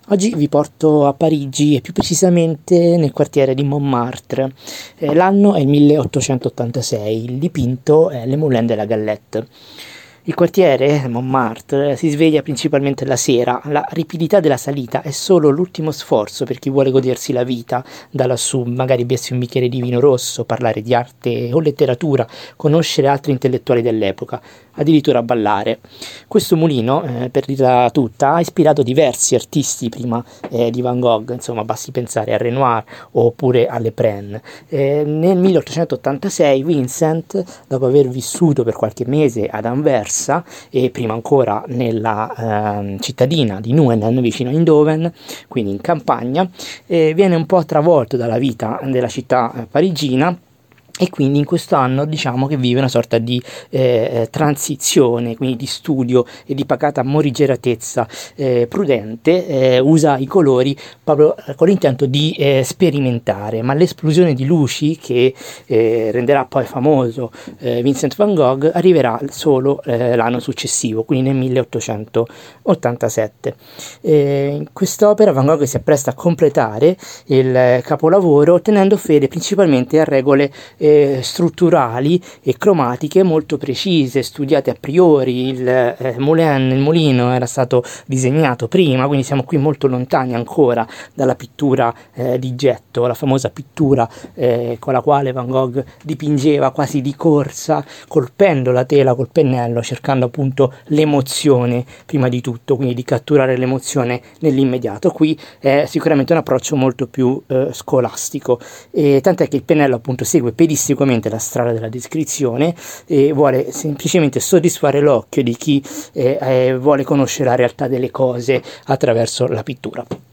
Oggi vi porto a Parigi e più precisamente nel quartiere di Montmartre. L'anno è il 1886, il dipinto è Le Moulin de la Galette. Il quartiere, Montmartre, si sveglia principalmente la sera. La ripidità della salita è solo l'ultimo sforzo per chi vuole godersi la vita da lassù, magari bersi un bicchiere di vino rosso, parlare di arte o letteratura, conoscere altri intellettuali dell'epoca, addirittura ballare. Questo mulino, per dirla tutta, ha ispirato diversi artisti prima di Van Gogh, insomma basti pensare a Renoir oppure a Le Pen. Nel 1886 Vincent, dopo aver vissuto per qualche mese ad Anversa e prima ancora nella cittadina di Nuenen vicino a Eindhoven, quindi in campagna, viene un po' travolto dalla vita della città parigina. E quindi in questo anno diciamo che vive una sorta di transizione, quindi di studio e di pacata morigeratezza prudente, usa i colori proprio con l'intento di sperimentare, ma l'esplosione di luci che renderà poi famoso Vincent van Gogh arriverà solo l'anno successivo, quindi nel 1887. In quest'opera Van Gogh si appresta a completare il capolavoro tenendo fede principalmente a regole strutturali e cromatiche molto precise, studiate a priori. Il mulino era stato disegnato prima, quindi siamo qui molto lontani ancora dalla pittura di getto, la famosa pittura con la quale Van Gogh dipingeva quasi di corsa, colpendo la tela col pennello, cercando appunto l'emozione prima di tutto, quindi di catturare l'emozione nell'immediato. Qui è sicuramente un approccio molto più scolastico, e tant'è che il pennello appunto segue pedissequamente la strada della descrizione e vuole semplicemente soddisfare l'occhio di chi vuole conoscere la realtà delle cose attraverso la pittura.